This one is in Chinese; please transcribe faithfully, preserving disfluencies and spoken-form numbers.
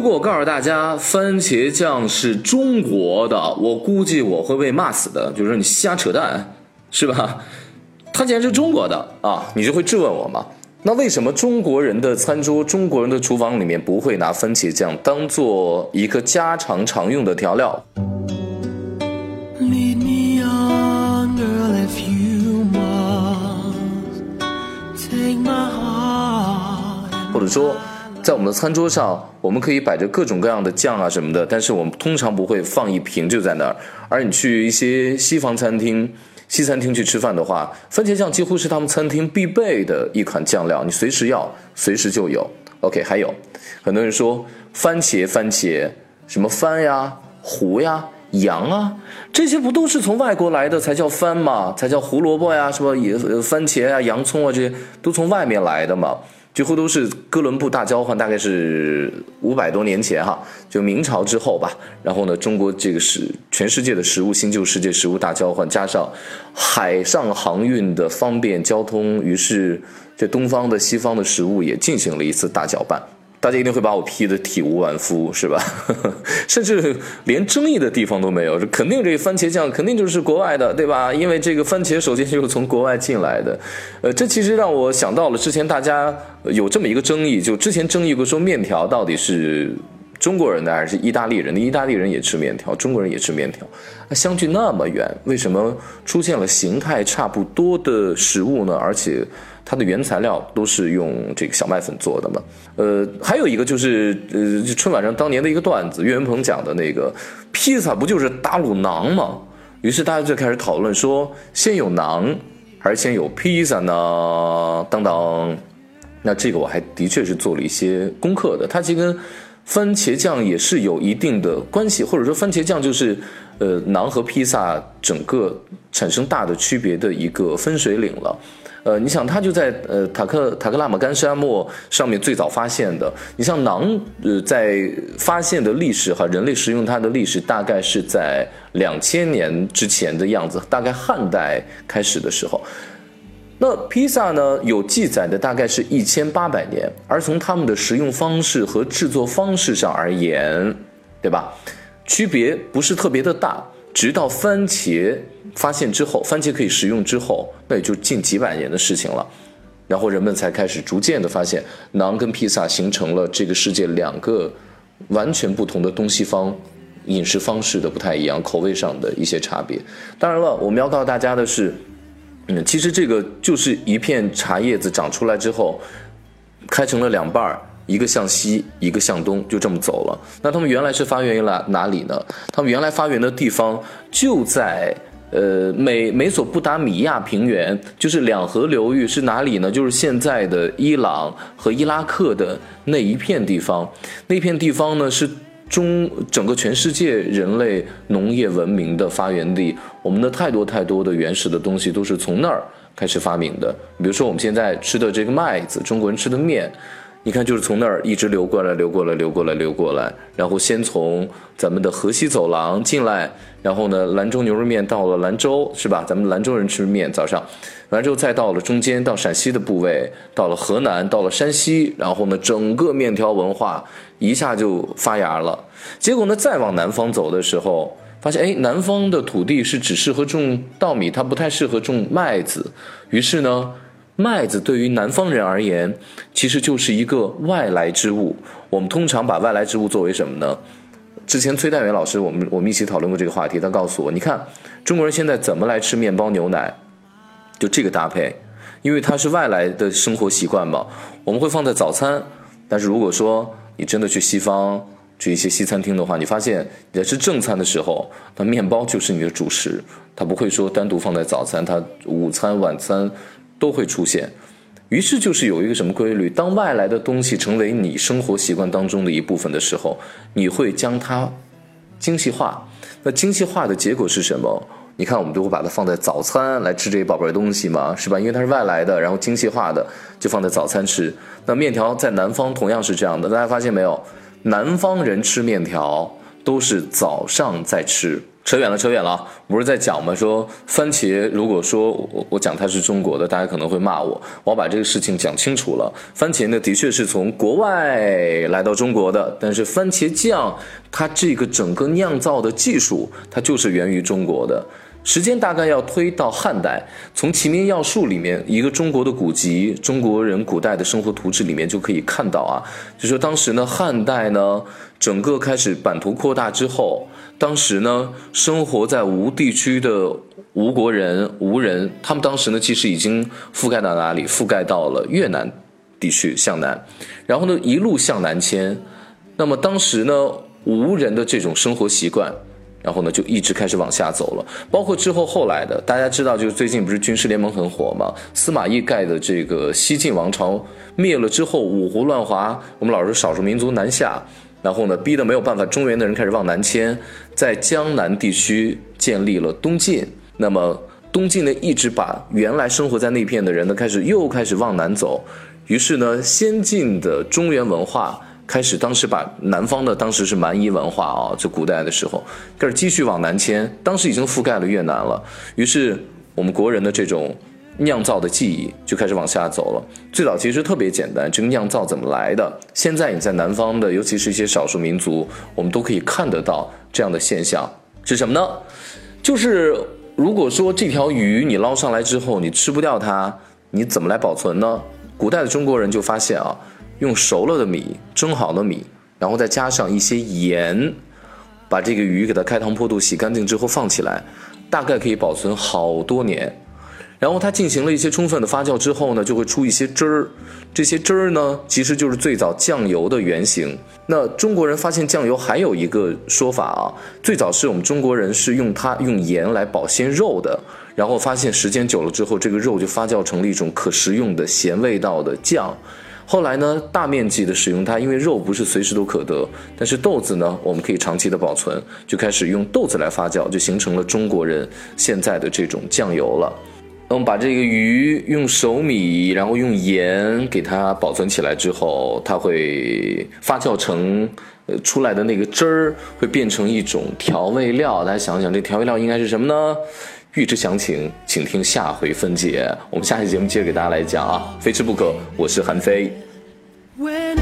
如果我告诉大家番茄酱是中国的，我估计我会被骂死的，就是你瞎扯淡，是吧？它既然是中国的啊，你就会质问我嘛？那为什么中国人的餐桌、中国人的厨房里面不会拿番茄酱当做一个家常常用的调料？ Lead me on, girl, if you must. Take my heart. 或者说，在我们的餐桌上，我们可以摆着各种各样的酱啊什么的，但是我们通常不会放一瓶就在那儿。而你去一些西方餐厅、西餐厅去吃饭的话，番茄酱几乎是他们餐厅必备的一款酱料，你随时要，随时就有。OK， 还有很多人说番茄，番茄什么番呀、胡呀、洋啊，这些不都是从外国来的才叫番吗？才叫胡萝卜呀，什么番茄啊、洋葱啊，这些都从外面来的嘛。几乎都是哥伦布大交换，大概是五百多年前哈，就明朝之后吧。然后呢，中国这个是全世界的食物新旧世界食物大交换，加上海上航运的方便交通，于是这东方的西方的食物也进行了一次大搅拌。大家一定会把我批得体无完肤，是吧？甚至连争议的地方都没有，这肯定这个番茄酱肯定就是国外的，对吧？因为这个番茄首先就是从国外进来的。呃，这其实让我想到了之前大家有这么一个争议，就之前争议过说面条到底是中国人的还是意大利人的？意大利人也吃面条，中国人也吃面条，相距那么远，为什么出现了形态差不多的食物呢？而且它的原材料都是用这个小麦粉做的嘛。呃，还有一个就是呃春晚上当年的一个段子，岳云鹏讲的那个披萨不就是打卤馕吗？于是大家就开始讨论说，先有馕还是先有披萨呢？等等。那这个我还的确是做了一些功课的，它其实跟番茄酱也是有一定的关系，或者说番茄酱就是呃馕和披萨整个产生大的区别的一个分水岭了。呃，你想它就在呃塔克塔克拉玛干沙漠上面最早发现的。你像馕，呃，在发现的历史哈，人类食用它的历史大概是在两千年之前的样子，大概汉代开始的时候。那披萨呢，有记载的大概是一千八百年，而从他们的食用方式和制作方式上而言，对吧？区别不是特别的大。直到番茄发现之后，番茄可以食用之后，那也就近几百年的事情了。然后人们才开始逐渐的发现，馕跟披萨形成了这个世界两个完全不同的东西方饮食方式的不太一样，口味上的一些差别。当然了，我们要告诉大家的是，嗯，其实这个就是一片茶叶子长出来之后，开成了两半，一个向西，一个向东，就这么走了。那他们原来是发源于哪里呢？他们原来发源的地方就在呃美美索不达米亚平原，就是两河流域，是哪里呢？就是现在的伊朗和伊拉克的那一片地方。那片地方呢是中整个全世界人类农业文明的发源地，我们的太多太多的原始的东西都是从那儿开始发明的。比如说我们现在吃的这个麦子，中国人吃的面，你看就是从那儿一直流过来流过来流过来流过来，然后先从咱们的河西走廊进来，然后呢兰州牛肉面到了兰州，是吧？咱们兰州人吃面早上，完之后再到了中间到陕西的部位，到了河南，到了山西，然后呢整个面条文化一下就发芽了。结果呢再往南方走的时候，发现哎，南方的土地是只适合种稻米，它不太适合种麦子。于是呢麦子对于南方人而言其实就是一个外来之物。我们通常把外来之物作为什么呢？之前崔代元老师我们我们一起讨论过这个话题，他告诉我，你看中国人现在怎么来吃面包牛奶，就这个搭配，因为它是外来的生活习惯嘛，我们会放在早餐。但是如果说你真的去西方去一些西餐厅的话，你发现你在吃正餐的时候，它面包就是你的主食，它不会说单独放在早餐，它午餐晚餐都会出现。于是就是有一个什么规律，当外来的东西成为你生活习惯当中的一部分的时候，你会将它精细化。那精细化的结果是什么？你看我们就会把它放在早餐来吃这些宝贝东西嘛，是吧？因为它是外来的，然后精细化的就放在早餐吃。那面条在南方同样是这样的，大家发现没有？南方人吃面条都是早上在吃， 扯远了，扯远了。不是在讲吗？说番茄，如果说我我讲它是中国的，大家可能会骂我。我要把这个事情讲清楚了。番茄呢，的确是从国外来到中国的，但是番茄酱它这个整个酿造的技术，它就是源于中国的。时间大概要推到汉代，从《齐民要术》里面一个中国的古籍，中国人古代的生活图志里面就可以看到啊，就说当时呢，汉代呢，整个开始版图扩大之后，当时呢，生活在吴地区的吴国人、吴人，他们当时呢，其实已经覆盖到哪里？覆盖到了越南地区向南，然后呢，一路向南迁。那么当时呢，吴人的这种生活习惯，然后呢，就一直开始往下走了。包括之后后来的，大家知道，就是最近不是军事联盟很火嘛？司马懿盖的这个西晋王朝灭了之后，五胡乱华，我们老说少数民族南下，然后呢，逼得没有办法，中原的人开始往南迁，在江南地区建立了东晋。那么东晋呢，一直把原来生活在那片的人呢，开始又开始往南走。于是呢，先进的中原文化开始，当时把南方的当时是蛮夷文化啊，就古代的时候开始继续往南迁，当时已经覆盖了越南了。于是我们国人的这种酿造的技艺就开始往下走了。最早其实特别简单，这个酿造怎么来的？现在你在南方的，尤其是一些少数民族，我们都可以看得到这样的现象是什么呢？就是如果说这条鱼你捞上来之后，你吃不掉它，你怎么来保存呢？古代的中国人就发现啊，用熟了的米，蒸好的米，然后再加上一些盐，把这个鱼给它开膛破肚洗干净之后放起来，大概可以保存好多年。然后它进行了一些充分的发酵之后呢，就会出一些汁儿。这些汁儿呢，其实就是最早酱油的原型。那中国人发现酱油还有一个说法啊，最早是我们中国人是用它用盐来保鲜肉的，然后发现时间久了之后，这个肉就发酵成了一种可食用的咸味道的酱。后来呢，大面积的使用它，因为肉不是随时都可得，但是豆子呢，我们可以长期的保存，就开始用豆子来发酵，就形成了中国人现在的这种酱油了。那我们把这个鱼用熟米，然后用盐给它保存起来之后，它会发酵成呃出来的那个汁儿会变成一种调味料。大家想想，这调味料应该是什么呢？欲知详情，请听下回分解。我们下期节目接着给大家来讲啊，非吃不可。我是韩非。When